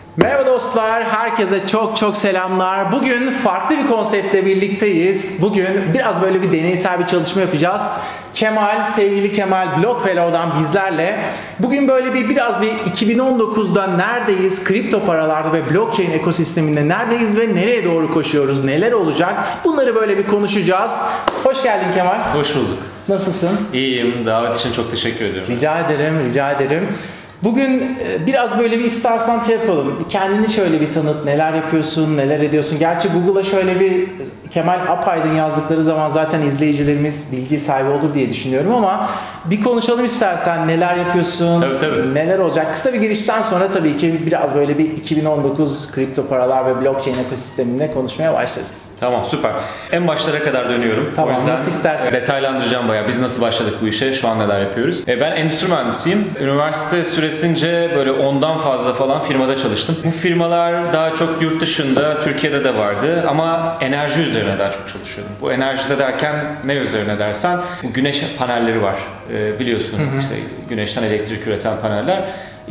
Merhaba dostlar, herkese çok selamlar. Bugün farklı bir konseptle birlikteyiz. Bugün biraz böyle bir deneysel bir çalışma yapacağız. Sevgili Kemal Blockfellow'dan bizlerle. Bugün böyle biraz bir 2019'da neredeyiz, kripto paralarda ve blockchain ekosisteminde neredeyiz ve nereye doğru koşuyoruz, neler olacak? Bunları böyle bir konuşacağız. Hoş geldin Kemal. Hoş bulduk. Nasılsın? İyiyim, davet için çok teşekkür ediyorum. Rica ederim. Bugün biraz böyle bir istersen yapalım. Kendini şöyle bir tanıt. Neler yapıyorsun, neler ediyorsun? Gerçi Google'a şöyle bir Kemal Apaydın yazdıkları zaman zaten izleyicilerimiz bilgi sahibi olur diye düşünüyorum ama bir konuşalım istersen. Neler yapıyorsun? Tabii. Neler olacak? Kısa bir girişten sonra tabii ki biraz böyle bir 2019 kripto paralar ve blockchain ekosisteminde konuşmaya başlarız. Tamam, süper. En başlara kadar dönüyorum. Tamam, o yüzden nasıl istersen. Detaylandıracağım bayağı. Biz nasıl başladık bu işe, şu an neler yapıyoruz. Ben endüstri mühendisiyim. Üniversite süresince böyle 10'dan fazla falan firmada çalıştım. Bu firmalar daha çok yurt dışında, Türkiye'de de vardı ama enerji üzerine daha çok çalışıyordum. Bu enerjide derken ne üzerine dersen, bu güneş panelleri var. Biliyorsun işte güneşten elektrik üreten paneller.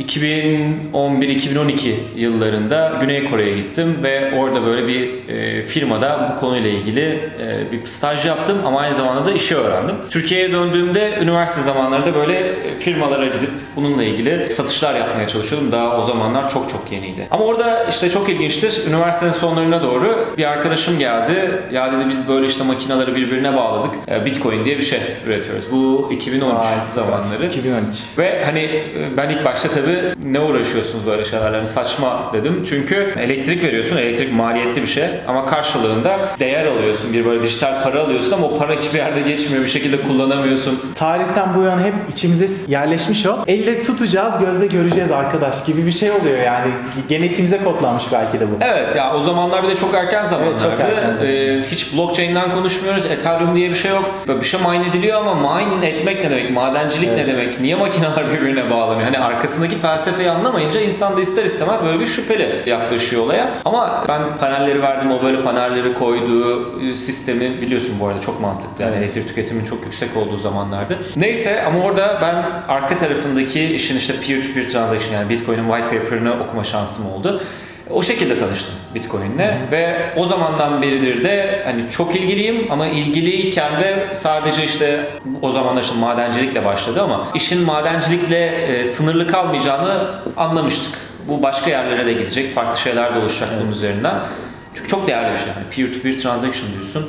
2011-2012 yıllarında Güney Kore'ye gittim ve orada böyle bir firmada bu konuyla ilgili bir staj yaptım ama aynı zamanda da işi öğrendim. Türkiye'ye döndüğümde üniversite zamanlarında böyle firmalara gidip bununla ilgili satışlar yapmaya çalışıyordum. Daha o zamanlar çok yeniydi. Ama orada işte çok ilginçtir. Üniversitenin sonlarına doğru bir arkadaşım geldi. Ya dedi biz böyle işte makineleri birbirine bağladık. Bitcoin diye bir şey üretiyoruz. Bu 2013 zamanları. 2013. Ve hani ben ilk başta tabii ne uğraşıyorsunuz böyle şeylerle? Yani saçma dedim. Çünkü elektrik veriyorsun. Elektrik maliyetli bir şey. Ama karşılığında değer alıyorsun. Bir böyle dijital para alıyorsun ama o para hiçbir yerde geçmiyor. Bir şekilde kullanamıyorsun. Tarihten bu yana hep içimize yerleşmiş o. Elle tutacağız, gözle göreceğiz arkadaş gibi bir şey oluyor yani. Genetiğimize kodlanmış belki de bu. Evet ya, o zamanlar bir de çok erken zamanlardı. Evet, çok erken hiç blockchain'den konuşmuyoruz. Ethereum diye bir şey yok. Böyle bir şey mine ediliyor ama mine etmek ne demek? Madencilik ne demek? Niye makineler birbirine bağlanıyor? Hani arkasındaki felsefeyi anlamayınca insan da ister istemez böyle bir şüpheli yaklaşıyor olaya. Ama ben panelleri verdim, o böyle panelleri koyduğu sistemi biliyorsun bu arada, çok mantıklı. Yani elektrik tüketimin çok yüksek olduğu zamanlardı. Neyse ama orada ben arka tarafındaki işin işte peer-to-peer transaction, yani Bitcoin'in white paper'ını okuma şansım oldu. O şekilde tanıştım Bitcoin'le ve o zamandan beridir de hani çok ilgiliyim ama ilgiliyken de sadece işte o zamanlar işte madencilikle başladı ama işin madencilikle sınırlı kalmayacağını anlamıştık. Bu başka yerlere de gidecek, farklı şeyler de oluşacak bunun üzerinden. Çünkü çok değerli bir şey. Yani peer-to-peer transaction diyorsun.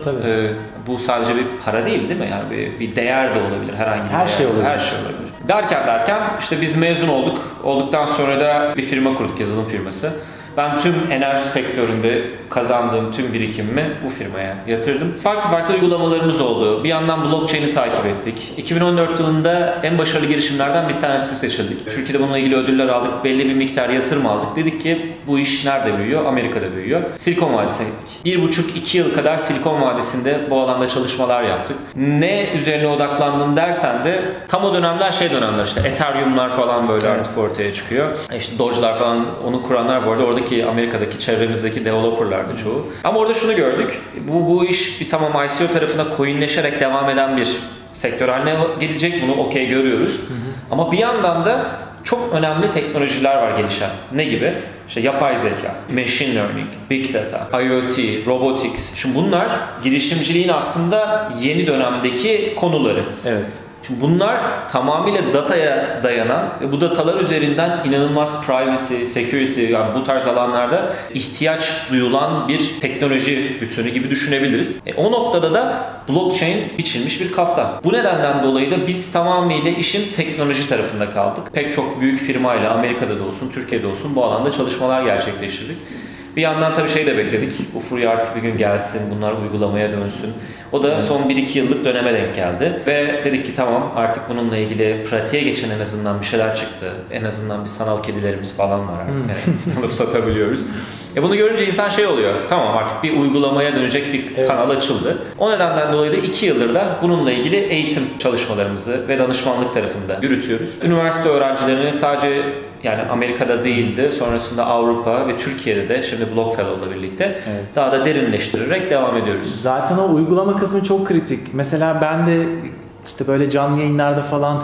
Bu sadece bir para değil mi? Yani bir değer de olabilir. Herhangi bir her değer. şey olabilir. Her şey olabilir. Derken işte biz mezun olduk. Olduktan sonra da bir firma kurduk, yazılım firması. Ben tüm enerji sektöründe kazandığım tüm birikimimi bu firmaya yatırdım. Farklı uygulamalarımız oldu. Bir yandan blockchain'i takip ettik. 2014 yılında en başarılı girişimlerden bir tanesi seçildik. Türkiye'de bununla ilgili ödüller aldık. Belli bir miktar yatırım aldık. Dedik ki bu iş nerede büyüyor? Amerika'da büyüyor. Silikon Vadisi'ne gittik. 1,5-2 yıl kadar Silikon Vadisi'nde bu alanda çalışmalar yaptık. Ne üzerine odaklandın dersen de tam o dönemler işte Ethereum'lar falan böyle artık ortaya çıkıyor. İşte Doge'lar falan, onu kuranlar bu arada oradaki Amerika'daki çevremizdeki developerlardı çoğu. Ama orada şunu gördük. Bu iş bir tamam ICO tarafına coinleşerek devam eden bir sektör haline gelecek. Bunu okey görüyoruz. Ama bir yandan da çok önemli teknolojiler var gelişen. Ne gibi? İşte yapay zeka, machine learning, big data, IoT, robotics. Şimdi bunlar girişimciliğin aslında yeni dönemdeki konuları. Evet. Şimdi bunlar tamamıyla dataya dayanan ve bu datalar üzerinden inanılmaz privacy, security, yani bu tarz alanlarda ihtiyaç duyulan bir teknoloji bütünü gibi düşünebiliriz. O noktada da blockchain biçilmiş bir kaftan. Bu nedenden dolayı da biz tamamıyla işin teknoloji tarafında kaldık. Pek çok büyük firmayla Amerika'da da olsun, Türkiye'de olsun bu alanda çalışmalar gerçekleştirdik. Bir yandan tabii şey de bekledik. Bu furya artık bir gün gelsin, bunlar uygulamaya dönsün. O da son 1-2 yıllık döneme denk geldi. Ve dedik ki tamam, artık bununla ilgili pratiğe geçen en azından bir şeyler çıktı. En azından bir sanal kedilerimiz falan var artık. Yani bunu satabiliyoruz. Bunu görünce insan şey oluyor. Tamam, artık bir uygulamaya dönecek bir kanal açıldı. O nedenden dolayı da 2 yıldır da bununla ilgili eğitim çalışmalarımızı ve danışmanlık tarafında yürütüyoruz. Üniversite öğrencilerine sadece yani Amerika'da değildi. Sonrasında Avrupa ve Türkiye'de de şimdi Blockfellow'la birlikte daha da derinleştirerek devam ediyoruz. Zaten o uygulama kısmı çok kritik. Mesela ben de işte böyle canlı yayınlarda falan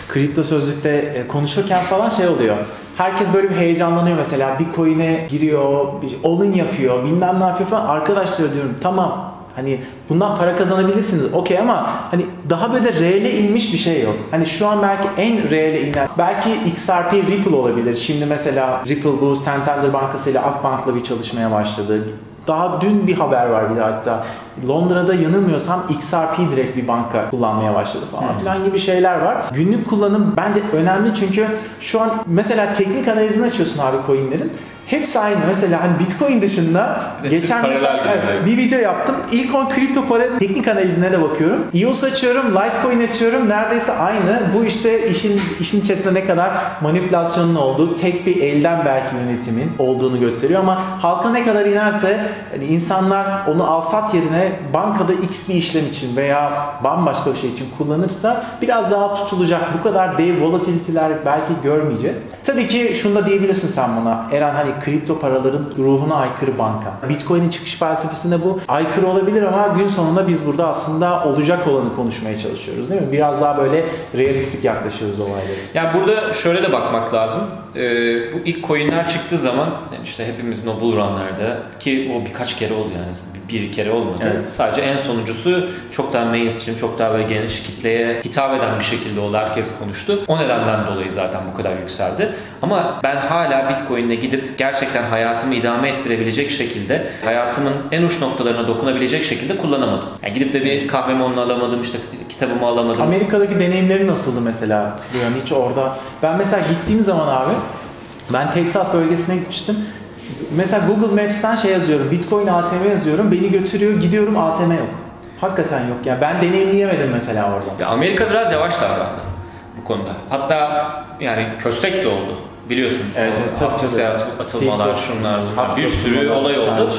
kripto sözlükte konuşurken falan şey oluyor. Herkes böyle bir heyecanlanıyor mesela. Bir coin'e giriyor, bir all-in yapıyor, bilmem ne yapıyor falan. Arkadaşlar diyorum tamam. Hani bundan para kazanabilirsiniz okey ama hani daha böyle reale inmiş bir şey yok. Hani şu an belki en reale inen belki XRP Ripple olabilir. Şimdi mesela Ripple bu Santander Bankası ile Akbank'la bir çalışmaya başladı. Daha dün bir haber var bir de hatta. Londra'da yanılmıyorsam XRP direkt bir banka kullanmaya başladı falan filan gibi şeyler var. Günlük kullanım bence önemli çünkü şu an mesela teknik analizini açıyorsun abi coinlerin. Hepsi aynı. Mesela hani Bitcoin dışında geçen mesela bir video yaptım. İlk 10 kripto para teknik analizine de bakıyorum. EOS açıyorum, Litecoin açıyorum. Neredeyse aynı. Bu işte işin içerisinde ne kadar manipülasyonun olduğu, tek bir elden belki yönetimin olduğunu gösteriyor ama halka ne kadar inerse hani insanlar onu al-sat yerine bankada X bir işlem için veya bambaşka bir şey için kullanırsa biraz daha tutulacak. Bu kadar dev volatility'ler belki görmeyeceğiz. Tabii ki şunu da diyebilirsin sen buna. Eren hani kripto paraların ruhuna aykırı banka. Bitcoin'in çıkış felsefesinde bu aykırı olabilir ama gün sonunda biz burada aslında olacak olanı konuşmaya çalışıyoruz değil mi? Biraz daha böyle realistik yaklaşıyoruz olaylara. Yani burada şöyle de bakmak lazım. Bu ilk coinler çıktığı zaman yani işte hepimizin o bull run'larda ki o birkaç kere oldu yani bir kere olmadı. Evet. Sadece en sonuncusu çok daha mainstream, çok daha böyle geniş kitleye hitap eden bir şekilde oldu. Herkes konuştu. O nedenden dolayı zaten bu kadar yükseldi. Ama ben hala Bitcoin'e gidip gerçekten hayatımı idame ettirebilecek şekilde, hayatımın en uç noktalarına dokunabilecek şekilde kullanamadım. Yani gidip de bir kahvemi onunla alamadım, işte kitabımı alamadım. Amerika'daki deneyimleri nasıldı mesela? Yani hiç orada. Ben mesela gittiğim zaman abi, ben Texas bölgesine gitmiştim. Mesela Google Maps'ten şey yazıyorum, Bitcoin ATM yazıyorum, beni götürüyor, gidiyorum ATM yok. Hakikaten yok. Yani ben deneyimleyemedim mesela orada. Ya Amerika biraz yavaş davrandı bu konuda. Hatta yani köstek de oldu. Biliyorsun. Evet, tabii. Atılmalar, şunlar, bunlar. Bir sürü olay oldu.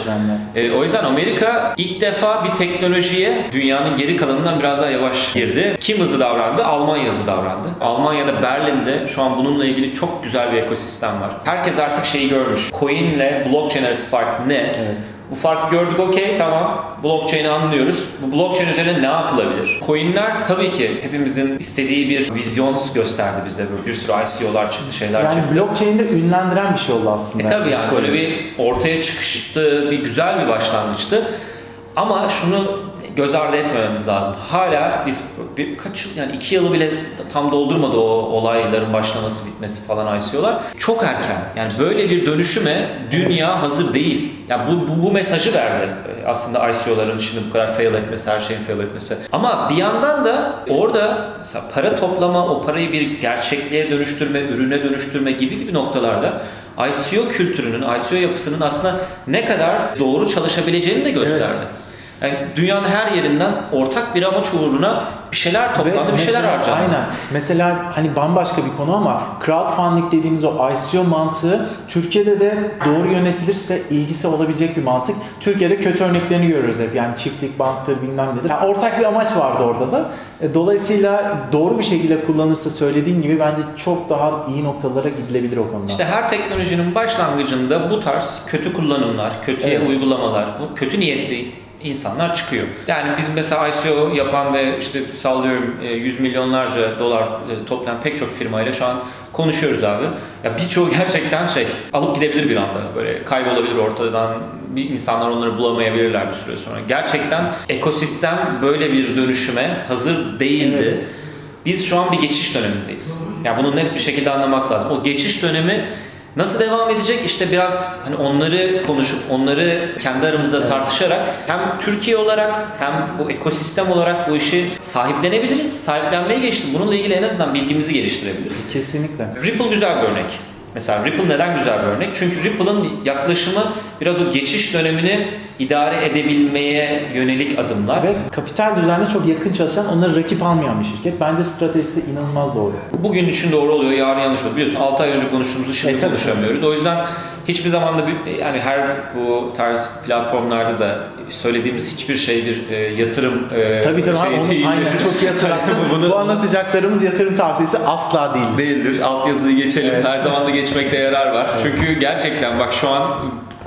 O yüzden Amerika ilk defa bir teknolojiye dünyanın geri kalanından biraz daha yavaş girdi. Kim hızlı davrandı? Almanya hızlı davrandı. Almanya'da, Berlin'de şu an bununla ilgili çok güzel bir ekosistem var. Herkes artık şeyi görmüş. Coin ile blockchain arası fark ne? Evet. Bu farkı gördük, okey, tamam. Blockchain'i anlıyoruz. Bu blockchain üzerine ne yapılabilir? Coin'ler tabii ki hepimizin istediği bir vizyon gösterdi bize. Böyle bir sürü ICO'lar çıktı, şeyler yani çıktı. Yani blockchain'de ünlendiren bir şey oldu aslında. Tabii yani böyle bir ortaya çıkıştı, bir güzel bir başlangıçtı. Ama şunu göz ardı etmememiz lazım. Hala biz birkaç yıl, yani 2 yılı bile tam doldurmadı o olayların başlaması, bitmesi falan ICO'lar. Çok erken. Yani böyle bir dönüşüme dünya hazır değil. Yani bu mesajı verdi aslında ICO'ların şimdi bu kadar fail etmesi, her şeyin fail etmesi. Ama bir yandan da orada mesela para toplama, o parayı bir gerçekliğe dönüştürme, ürüne dönüştürme gibi noktalarda ICO kültürünün, ICO yapısının aslında ne kadar doğru çalışabileceğini de gösterdi. Evet. Yani dünyanın her yerinden ortak bir amaç uğruna bir şeyler toplandı, bir şeyler harcandı. Aynen. Mesela hani bambaşka bir konu ama crowdfunding dediğimiz o ICO mantığı Türkiye'de de doğru yönetilirse ilgisi olabilecek bir mantık. Türkiye'de kötü örneklerini görüyoruz hep. Yani çiftlik banktır bilmem nedir. Yani ortak bir amaç vardı orada da. Dolayısıyla doğru bir şekilde kullanırsa söylediğin gibi bence çok daha iyi noktalara gidilebilir o konuda. İşte her teknolojinin başlangıcında bu tarz kötü kullanımlar, kötüye uygulamalar, bu kötü niyetli insanlar çıkıyor. Yani biz mesela ICO yapan ve işte sallıyorum 100 milyonlarca dolar toplayan pek çok firmayla şu an konuşuyoruz abi. Ya birçoğu gerçekten alıp gidebilir bir anda. Böyle kaybolabilir ortadan. Bir insanlar onları bulamayabilirler bir süre sonra. Gerçekten ekosistem böyle bir dönüşüme hazır değildi. Evet. Biz şu an bir geçiş dönemindeyiz. Yani bunu net bir şekilde anlamak lazım. O geçiş dönemi nasıl devam edecek? İşte biraz hani onları konuşup, onları kendi aramızda tartışarak hem Türkiye olarak hem bu ekosistem olarak bu işi sahiplenebiliriz. Sahiplenmeye geçtim. Bununla ilgili en azından bilgimizi geliştirebiliriz. Kesinlikle. Ripple güzel bir örnek. Mesela Ripple neden güzel bir örnek? Çünkü Ripple'ın yaklaşımı biraz o geçiş dönemini idare edebilmeye yönelik adımlar. Ve kapital düzenine çok yakın çalışan, onları rakip almayan bir şirket. Bence stratejisi inanılmaz doğru. Bugün için doğru oluyor, yarın yanlış oluyor. Biliyorsun 6 ay önce konuştuğumuzu şimdi konuşamıyoruz. O yüzden hiçbir zaman da yani her bu tarz platformlarda da söylediğimiz hiçbir şey bir yatırım tabii şey değildir. Aynen çok yatırım. Bu anlatacaklarımız yatırım tavsiyesi asla değildir. Değildir. Altyazıyı geçelim. Evet. Her zaman da geçmekte yarar var. Evet. Çünkü gerçekten bak şu an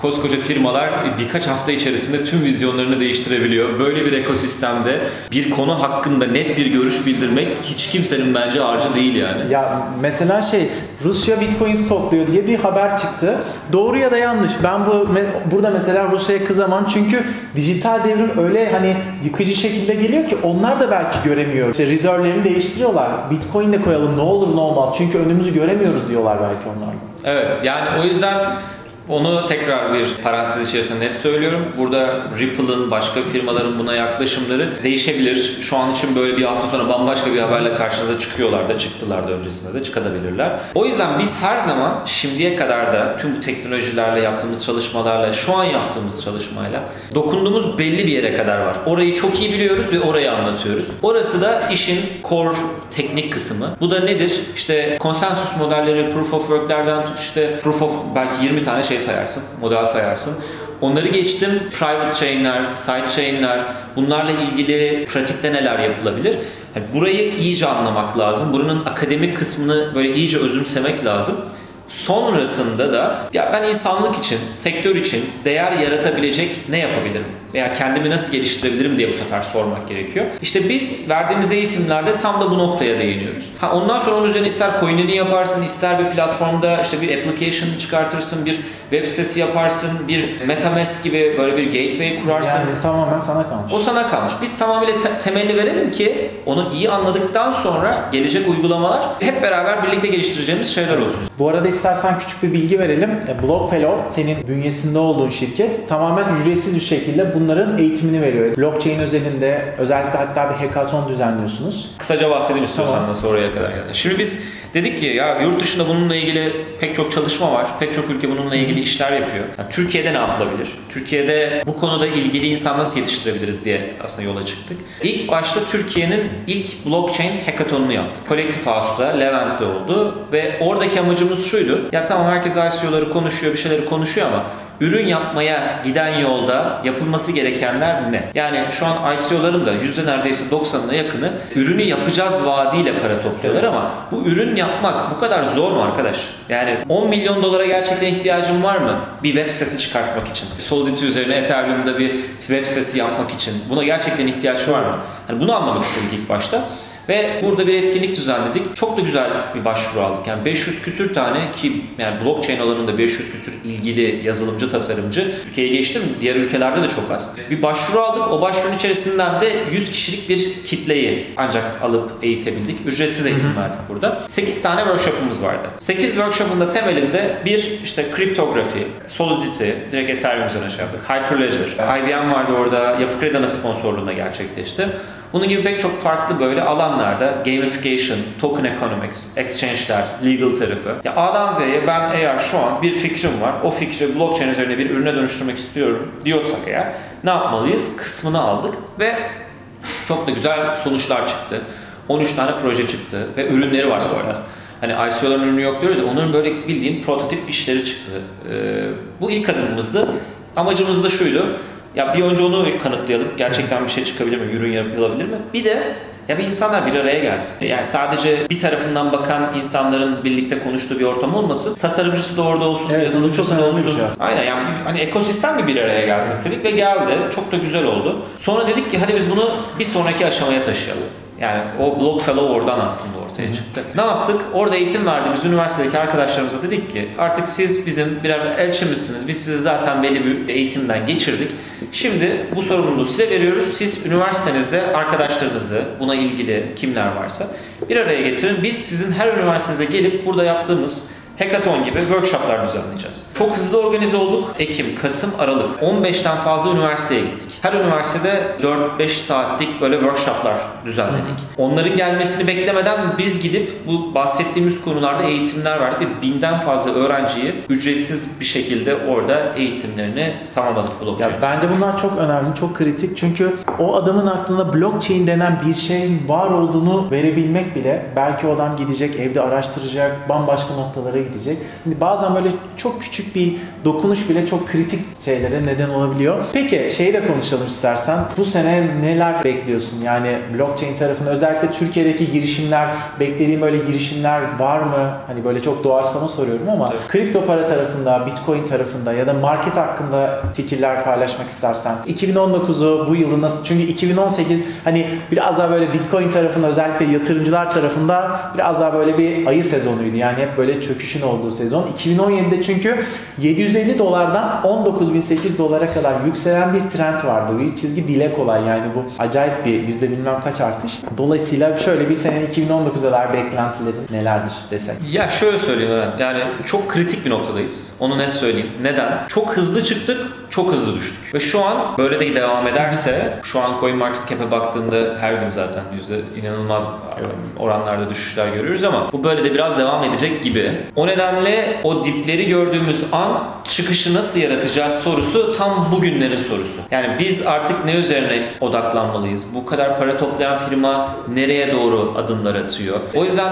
koskoca firmalar birkaç hafta içerisinde tüm vizyonlarını değiştirebiliyor. Böyle bir ekosistemde bir konu hakkında net bir görüş bildirmek hiç kimsenin bence harcı değil yani. Ya mesela Rusya Bitcoin stokluyor diye bir haber çıktı. Doğru ya da yanlış. Ben burada mesela Rusya'ya kızamam çünkü dijital devrim öyle hani yıkıcı şekilde geliyor ki onlar da belki göremiyor. İşte rezervlerini değiştiriyorlar. Bitcoin de koyalım ne olur ne olmaz. Çünkü önümüzü göremiyoruz diyorlar belki onlar da. Evet yani o yüzden onu tekrar bir parantez içerisinde net söylüyorum. Burada Ripple'ın, başka firmaların buna yaklaşımları değişebilir. Şu an için böyle bir hafta sonra bambaşka bir haberle karşınıza çıkıyorlar da çıktılar da öncesinde de çıkabilirler. O yüzden biz her zaman şimdiye kadar da tüm bu teknolojilerle yaptığımız çalışmalarla, şu an yaptığımız çalışmayla dokunduğumuz belli bir yere kadar var. Orayı çok iyi biliyoruz ve orayı anlatıyoruz. Orası da işin core teknik kısmı. Bu da nedir? İşte konsensus modelleri, proof of work'lerden tut işte proof of belki 20 tane sayarsın, model sayarsın. Onları geçtim. Private chain'ler, side chain'ler, bunlarla ilgili pratikte neler yapılabilir? Yani burayı iyice anlamak lazım. Buranın akademik kısmını böyle iyice özümsemek lazım. Sonrasında da ya ben insanlık için, sektör için değer yaratabilecek ne yapabilirim? Veya kendimi nasıl geliştirebilirim diye bu sefer sormak gerekiyor. İşte biz verdiğimiz eğitimlerde tam da bu noktaya değiniyoruz. Ondan sonra onun üzerine ister coin'ini yaparsın, ister bir platformda işte bir application çıkartırsın, bir web sitesi yaparsın, bir MetaMask gibi böyle bir gateway kurarsın. Yani tamamen sana kalmış. O sana kalmış. Biz tamamıyla temelini verelim ki onu iyi anladıktan sonra gelecek uygulamalar hep beraber birlikte geliştireceğimiz şeyler olsun. Bu arada istersen küçük bir bilgi verelim. BlockFellow senin bünyesinde olduğun şirket tamamen ücretsiz bir şekilde bunların eğitimini veriyor. Blockchain özelinde özellikle hatta bir hackathon düzenliyorsunuz. Kısaca bahsedeyim istiyorsan tamam. Nasıl oraya kadar geldi. Şimdi biz dedik ki ya yurt dışında bununla ilgili pek çok çalışma var. Pek çok ülke bununla ilgili işler yapıyor. Yani Türkiye'de ne yapılabilir? Türkiye'de bu konuda ilgili insan nasıl yetiştirebiliriz diye aslında yola çıktık. İlk başta Türkiye'nin ilk blockchain hackathonunu yaptık. Collective House'da, Levent'te oldu ve oradaki amacımız şuydu. Ya tamam herkes ICO'ları konuşuyor, bir şeyleri konuşuyor ama ürün yapmaya giden yolda yapılması gerekenler ne? Yani şu an ICO'ların da neredeyse %90'ına yakını ürünü yapacağız vaadiyle para topluyorlar evet. Ama bu ürün yapmak bu kadar zor mu arkadaş? Yani 10 milyon dolara gerçekten ihtiyacın var mı? Bir web sitesi çıkartmak için. Solidity üzerine Ethereum'da bir web sitesi yapmak için. Buna gerçekten ihtiyaç var mı? Yani bunu anlamak istedik ilk başta. Ve burada bir etkinlik düzenledik. Çok da güzel bir başvuru aldık. Yani 500 küsür tane ki yani blockchain alanında 500 küsür ilgili yazılımcı, tasarımcı Türkiye'ye geçti mi? Diğer ülkelerde de çok az. Bir başvuru aldık. O başvurunun içerisinden de 100 kişilik bir kitleyi ancak alıp eğitebildik. Ücretsiz eğitim verdik burada. 8 tane workshop'umuz vardı. 8 workshop'un da temelinde bir işte kriptografi, Solidity, direkt Ethereum üzerine yaptık. Hyperledger, IBM vardı orada. Yapı Kredi Ana sponsorluğunda gerçekleşti. Bunun gibi pek çok farklı böyle alanlarda gamification, token economics, exchange'ler, legal tarafı. Ya A'dan Z'ye ben eğer şu an bir fikrim var, o fikri blockchain üzerine bir ürüne dönüştürmek istiyorum diyorsak eğer ne yapmalıyız kısmını aldık ve çok da güzel sonuçlar çıktı. 13 tane proje çıktı ve ürünleri var bu arada. Hani ICO'ların ürünü yok diyoruz ya, onların böyle bildiğin prototip işleri çıktı. Bu ilk adımımızdı. Amacımız da şuydu. Ya bir önce onu kanıtlayalım. Gerçekten bir şey çıkabilir mi? Ürün yapılabilir mi? Bir de ya bir insanlar bir araya gelsin. Yani sadece bir tarafından bakan insanların birlikte konuştuğu bir ortam olmasın. Tasarımcısı da orada olsun, evet, yazılımcısı da olsun. Şey aynen yani hani ekosistem bir araya gelsin istedik ve geldi. Çok da güzel oldu. Sonra dedik ki hadi biz bunu bir sonraki aşamaya taşıyalım. Yani o BlockFellow oradan aslında ortaya çıktı. Ne yaptık? Orada eğitim verdiğimiz üniversitedeki arkadaşlarımıza dedik ki artık siz bizim birer elçimizsiniz. Biz sizi zaten belli bir eğitimden geçirdik. Şimdi bu sorumluluğu size veriyoruz. Siz üniversitenizde arkadaşlarınızı, buna ilgili kimler varsa bir araya getirin. Biz sizin her üniversitenize gelip burada yaptığımız hackathon gibi workshoplar düzenleyeceğiz. Çok hızlı organize olduk. Ekim, Kasım, Aralık. 15'ten fazla üniversiteye gittik. Her üniversitede 4-5 saatlik böyle workshoplar düzenledik. Onların gelmesini beklemeden biz gidip bu bahsettiğimiz konularda eğitimler verdik ve 1000'den fazla öğrenciyi ücretsiz bir şekilde orada eğitimlerini tamamladık blockchain. Ya bence bunlar çok önemli, çok kritik. Çünkü o adamın aklında blockchain denen bir şeyin var olduğunu verebilmek bile belki o adam gidecek, evde araştıracak, bambaşka noktalara gidecek. Hani bazen böyle çok küçük bir dokunuş bile çok kritik şeylere neden olabiliyor. Peki şeyi de konuşalım istersen. Bu sene neler bekliyorsun? Yani blockchain tarafında özellikle Türkiye'deki girişimler, beklediğin böyle girişimler var mı? Hani böyle çok doğaçlama soruyorum ama evet. Kripto para tarafında, Bitcoin tarafında ya da market hakkında fikirler paylaşmak istersen. 2019'u bu yılı nasıl? Çünkü 2018 hani biraz daha böyle Bitcoin tarafında özellikle yatırımcılar tarafında biraz daha böyle bir ayı sezonuydu. Yani hep böyle çöküşün olduğu sezon. 2017'de çünkü 750 dolardan 19.800 dolara kadar yükselen bir trend vardı. Bir çizgi dile kolay yani bu acayip bir yüzde bilmem kaç artış. Dolayısıyla şöyle bir sene 2019'a dair beklentilerin nelerdir desek? Ya şöyle söyleyeyim Eren. Yani çok kritik bir noktadayız. Onu net söyleyeyim. Neden? Çok hızlı çıktık, çok hızlı düştük. Ve şu an böyle de devam ederse, şu an CoinMarketCap'e baktığında her gün zaten inanılmaz oranlarda düşüşler görüyoruz ama bu böyle de biraz devam edecek gibi. O nedenle o dipleri gördüğümüz an çıkışı nasıl yaratacağız sorusu tam bugünlerin sorusu. Yani biz artık ne üzerine odaklanmalıyız? Bu kadar para toplayan firma nereye doğru adımlar atıyor? O yüzden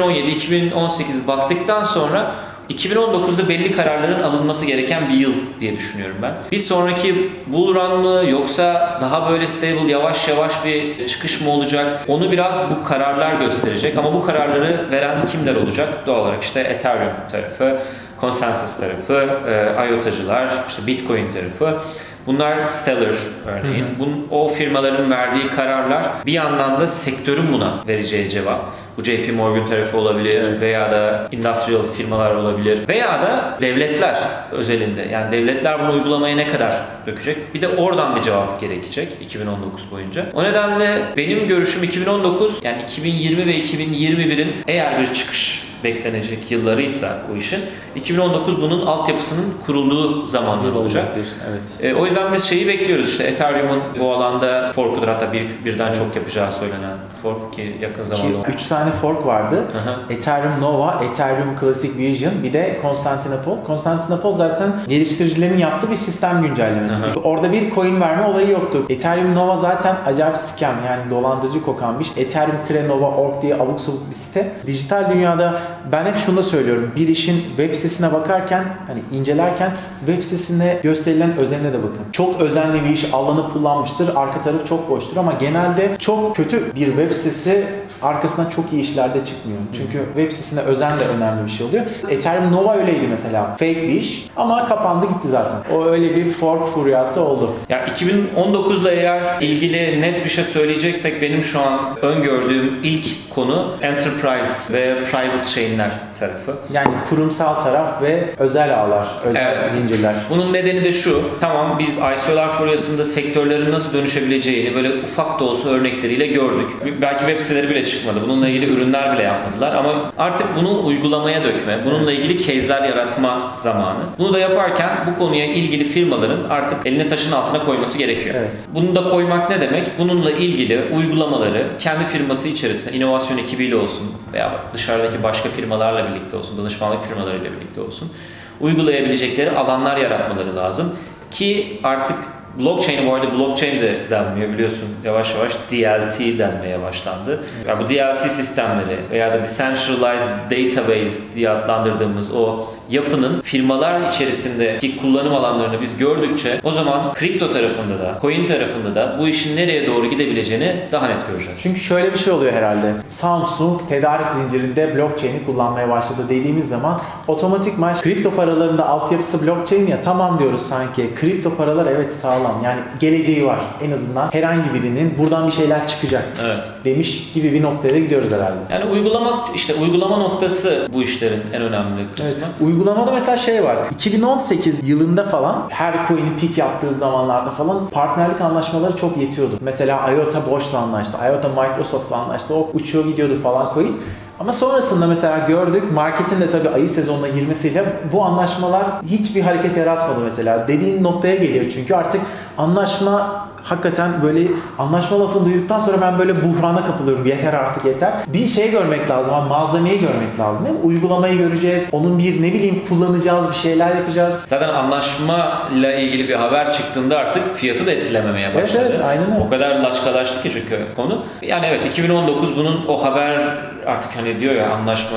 2017-2018 baktıktan sonra 2019'da belli kararların alınması gereken bir yıl diye düşünüyorum ben. Bir sonraki bull run mı yoksa daha böyle stable yavaş yavaş bir çıkış mı olacak? Onu biraz bu kararlar gösterecek ama bu kararları veren kimler olacak? Doğal olarak işte Ethereum tarafı, Consensus tarafı, IOTA'cılar, işte Bitcoin tarafı. Bunlar Stellar örneğin. O firmaların verdiği kararlar bir yandan da sektörün buna vereceği cevap. Bu JP Morgan tarafı olabilir, evet, veya da industrial firmalar olabilir veya da devletler özelinde. Yani devletler bunu uygulamaya ne kadar dökecek? Bir de oradan bir cevap gerekecek 2019 boyunca. O nedenle benim görüşüm 2019 yani 2020 ve 2021'in eğer bir çıkış beklenecek yıllarıysa bu işin 2019 bunun altyapısının kurulduğu zamanlar olacak. Diyorsun, evet. O yüzden biz şeyi bekliyoruz işte Ethereum'un bu alanda fork'udur hatta birden evet, çok yapacağı söylenen fork ki yakın zamanda. 3 tane fork vardı. Aha. Ethereum Nova, Ethereum Classic Vision bir de Constantinople. Constantinople zaten geliştiricilerin yaptığı bir sistem güncellemesi. Aha. Orada bir coin verme olayı yoktu. Ethereum Nova zaten acayip scam yani dolandırıcı kokan bir şey. Ethereum-Nova.org diye abuk sabuk bir site. Dijital dünyada ben hep şunu da söylüyorum. Bir işin web sitesine bakarken, hani incelerken web sitesine gösterilen özenine de bakın. Çok özenli bir iş alınıp kullanmıştır. Arka tarafı çok boştur ama genelde çok kötü bir web sitesi arkasından çok iyi işler de çıkmıyor. Çünkü web sitesine özen de önemli bir şey oluyor. Ethereum Nova öyleydi mesela. Fake bir iş ama kapandı gitti zaten. O öyle bir fork furyası oldu. Ya 2019'la eğer ilgili net bir şey söyleyeceksek benim şu an öngördüğüm ilk konu enterprise ve private chain'ler tarafı. Yani kurumsal taraf ve özel ağlar, özel evet, zincirler. Bunun nedeni de şu. Tamam biz ICO'lar furyasında sektörlerin nasıl dönüşebileceğini böyle ufak da olsa örnekleriyle gördük. Belki web siteleri bile çıkmadı. Bununla ilgili ürünler bile yapmadılar ama artık bunu uygulamaya dökme, bununla ilgili case'ler yaratma zamanı. Bunu da yaparken bu konuya ilgili firmaların artık elini taşın altına koyması gerekiyor. Evet. Bunu da koymak ne demek? Bununla ilgili uygulamaları kendi firması içerisinde inovasyon ekibiyle olsun veya dışarıdaki başka firmalarla birlikte olsun, danışmanlık firmalarıyla birlikte olsun uygulayabilecekleri alanlar yaratmaları lazım ki artık blockchain'e bu arada blockchain de denmiyor biliyorsun yavaş yavaş DLT denmeye başlandı. Yani bu DLT sistemleri veya da Decentralized Database diye adlandırdığımız o yapının firmalar içerisindeki kullanım alanlarını biz gördükçe o zaman kripto tarafında da, coin tarafında da bu işin nereye doğru gidebileceğini daha net göreceğiz. Çünkü şöyle bir şey oluyor herhalde. Samsung tedarik zincirinde blockchain'i kullanmaya başladı dediğimiz zaman otomatikman kripto paralarında altyapısı blockchain ya tamam diyoruz sanki. Kripto paralar evet sağlam. Yani geleceği var. En azından herhangi birinin buradan bir şeyler çıkacak. Evet. Demiş gibi bir noktaya gidiyoruz herhalde. Yani uygulama noktası bu işlerin en önemli kısmı. Evet. Uygulamada mesela şey var. 2018 yılında falan her coin'i peak yaptığı zamanlarda falan partnerlik anlaşmaları çok yetiyordu. Mesela IOTA Bosch'la anlaştı. IOTA Microsoft'la anlaştı. O uçuyor gidiyordu falan coin. Ama sonrasında mesela gördük marketin de tabii ayı sezonuna girmesiyle bu anlaşmalar hiçbir hareket yaratmadı mesela. Dediğin noktaya geliyor çünkü artık anlaşma hakikaten böyle anlaşma lafını duyduktan sonra ben böyle buhrana kapılıyorum. Yeter artık yeter. Bir şey görmek lazım. Malzemeyi görmek lazım değil mi? Uygulamayı göreceğiz. Onun bir ne bileyim kullanacağız. Bir şeyler yapacağız. Zaten anlaşmayla ilgili bir haber çıktığında artık fiyatı da etkilememeye başladı. Evet, aynen öyle. O kadar laçkalaştı ki çünkü konu. Yani evet 2019 bunun o haber artık hani diyor ya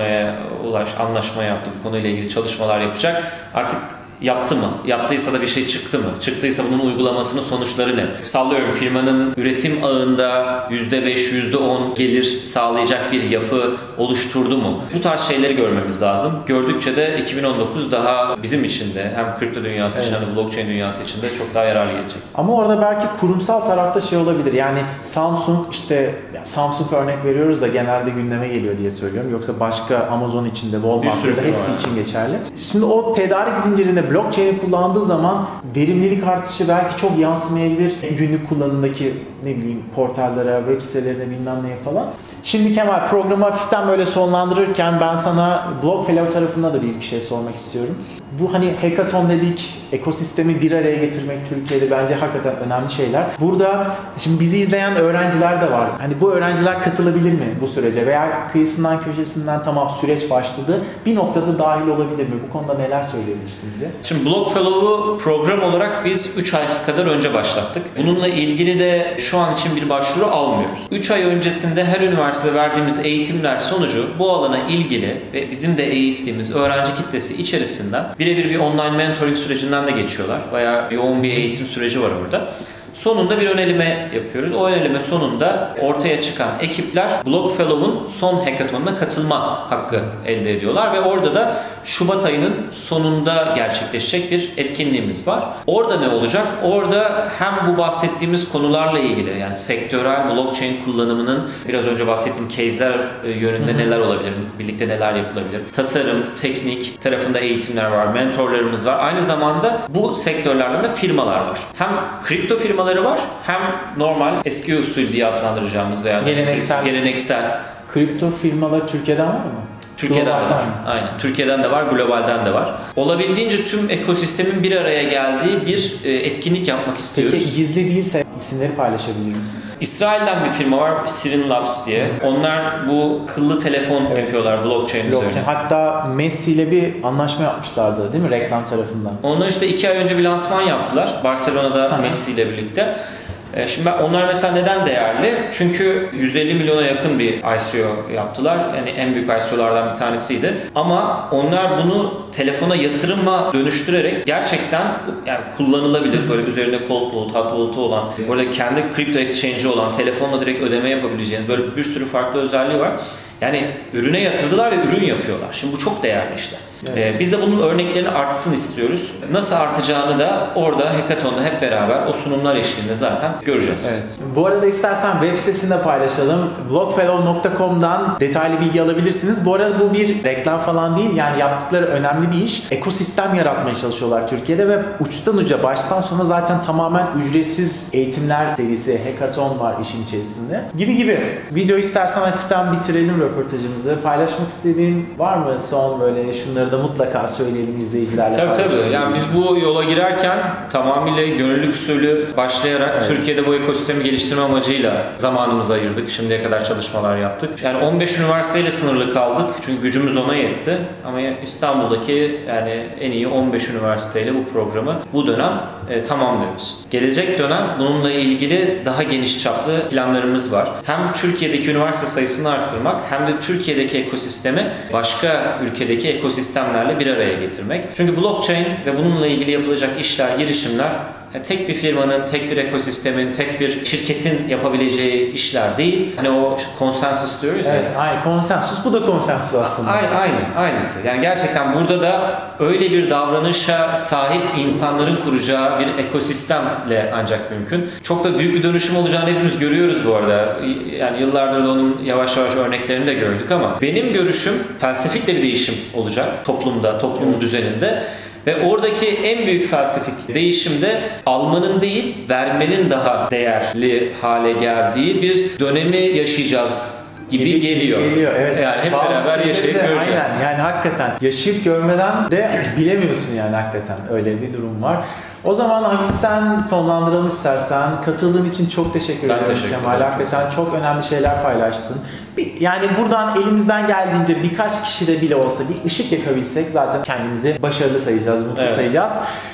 anlaşma yaptı, bu konuyla ilgili çalışmalar yapacak. Artık yaptı mı? Yaptıysa da bir şey çıktı mı? Çıktıysa bunun uygulamasının sonuçları ne? Sallıyorum, firmanın üretim ağında %5, %10 gelir sağlayacak bir yapı oluşturdu mu? Bu tarz şeyleri görmemiz lazım. Gördükçe de 2019 daha bizim için de hem kripto dünyası için hem de blockchain dünyası için de çok daha yararlı gelecek. Ama orada belki kurumsal tarafta şey olabilir. Yani Samsung Samsung örnek veriyoruz da genelde gündeme geliyor diye söylüyorum. Yoksa başka Amazon içinde, Walmart'ta hepsi için geçerli. Şimdi o tedarik zincirinde blockchain'i kullandığı zaman verimlilik artışı belki çok yansımayabilir günlük kullanımdaki portallere, web sitelerine bilmem neye falan. Şimdi Kemal, programı hafiften böyle sonlandırırken ben sana BlockFellow tarafında da bir iki şey sormak istiyorum. Bu hani hackathon dedik, ekosistemi bir araya getirmek Türkiye'de bence hakikaten önemli şeyler. Burada şimdi bizi izleyen öğrenciler de var. Hani bu öğrenciler katılabilir mi bu sürece? Veya kıyısından köşesinden tamam süreç başladı, bir noktada dahil olabilir mi? Bu konuda neler söyleyebilirsin bize? Şimdi BlockFellow'u program olarak biz 3 ay kadar önce başlattık. Bununla ilgili de şu an için bir başvuru almıyoruz. 3 ay öncesinde her üniversitede verdiğimiz eğitimler sonucu bu alana ilgili ve bizim de eğittiğimiz öğrenci kitlesi içerisinden birebir bir online mentoring sürecinden de geçiyorlar. Bayağı yoğun bir eğitim süreci var orada. Sonunda bir ön eleme yapıyoruz. O ön eleme sonunda ortaya çıkan ekipler BlockFellow'un son hackathonuna katılma hakkı elde ediyorlar ve orada da Şubat ayının sonunda gerçekleşecek bir etkinliğimiz var. Orada ne olacak? Orada hem bu bahsettiğimiz konularla ilgili, yani sektörel blockchain kullanımının biraz önce bahsettiğim case'ler yönünde neler olabilir, birlikte neler yapılabilir, tasarım, teknik tarafında eğitimler var, mentorlarımız var. Aynı zamanda bu sektörlerden de firmalar var. Hem kripto firmaları var, hem normal eski usul diye adlandıracağımız veya geleneksel kripto firmaları Türkiye'den var mı? Türkiye'den de var. Aynen. Türkiye'den de var, globalden de var. Olabildiğince tüm ekosistemin bir araya geldiği bir etkinlik yapmak istiyoruz. Peki gizli değilse isimleri paylaşabilir misin? İsrail'den bir firma var, Sirin Labs diye. Onlar bu kıllı telefon yapıyorlar blockchain üzerine. Hatta Messi ile bir anlaşma yapmışlardı değil mi reklam tarafından? Onlar işte 2 ay önce bir lansman yaptılar. Barcelona'da Messi ile birlikte. Şimdi onlar mesela neden değerli? Çünkü 150 milyona yakın bir ICO yaptılar. Yani en büyük ICO'lardan bir tanesiydi. Ama onlar bunu telefona yatırıma dönüştürerek gerçekten yani kullanılabilir. Böyle üzerinde cold wallet, hot wallet'ı olan, burada kendi kripto exchange'i olan, telefonla direkt ödeme yapabileceğiniz böyle bir sürü farklı özelliği var. Yani ürüne yatırdılar ve ürün yapıyorlar. Şimdi bu çok değerli işte. Evet. Biz de bunun örneklerini artsın istiyoruz. Nasıl artacağını da orada hackathon'da hep beraber o sunumlar eşliğinde zaten göreceğiz. Evet. Bu arada istersen web sitesinde paylaşalım. blockfellow.com'dan detaylı bilgi alabilirsiniz. Bu arada bu bir reklam falan değil. Yani yaptıkları önemli bir iş. Ekosistem yaratmaya çalışıyorlar Türkiye'de ve uçtan uca baştan sona zaten tamamen ücretsiz eğitimler serisi, hackathon var işin içerisinde. Gibi. Video istersen hafiften bitirelim röportajımızı. Paylaşmak istediğin var mı son böyle şunları da mutlaka söyleyelim izleyicilerle. Tabii. Yani biz bu yola girerken tamamıyla gönüllülük usulü başlayarak Türkiye'de bu ekosistemi geliştirme amacıyla zamanımızı ayırdık. Şimdiye kadar çalışmalar yaptık. Yani 15 üniversiteyle sınırlı kaldık. Çünkü gücümüz ona yetti. Ama İstanbul'daki yani en iyi 15 üniversiteyle bu programı bu dönem tamamlıyoruz. Gelecek dönem bununla ilgili daha geniş çaplı planlarımız var. Hem Türkiye'deki üniversite sayısını arttırmak hem de Türkiye'deki ekosistemi başka ülkedeki ekosistemlerle bir araya getirmek. Çünkü blockchain ve bununla ilgili yapılacak işler, girişimler tek bir firmanın, tek bir ekosistemin, tek bir şirketin yapabileceği işler değil. Hani o konsensus diyoruz ya. Evet, aynı konsensus. Bu da konsensus aslında. Aynısı. Yani gerçekten burada da öyle bir davranışa sahip insanların kuracağı bir ekosistemle ancak mümkün. Çok da büyük bir dönüşüm olacağını hepimiz görüyoruz bu arada. Yani yıllardır da onun yavaş yavaş örneklerini de gördük ama benim görüşüm felsefik de bir değişim olacak toplumda, toplum düzeninde. Ve oradaki en büyük felsefik değişim de almanın değil, vermenin daha değerli hale geldiği bir dönemi yaşayacağız gibi geliyor. Evet. Yani hep beraber yaşayıp göreceğiz. Aynen. Yani hakikaten yaşayıp görmeden de bilemiyorsun yani hakikaten. Öyle bir durum var. O zaman hafiften sonlandıralım istersen. Katıldığın için çok teşekkür ederim Kemal. Hakikaten çok önemli şeyler paylaştın. Yani buradan elimizden geldiğince birkaç kişi de bile olsa bir ışık yakabilsek zaten kendimizi başarılı sayacağız, mutlu sayacağız.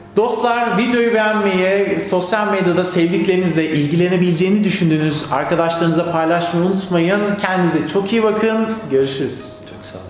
Dostlar, videoyu beğenmeyi, sosyal medyada sevdiklerinizle ilgilenebileceğini düşündüğünüz arkadaşlarınıza paylaşmayı unutmayın. Kendinize çok iyi bakın. Görüşürüz. Çok sağ olun.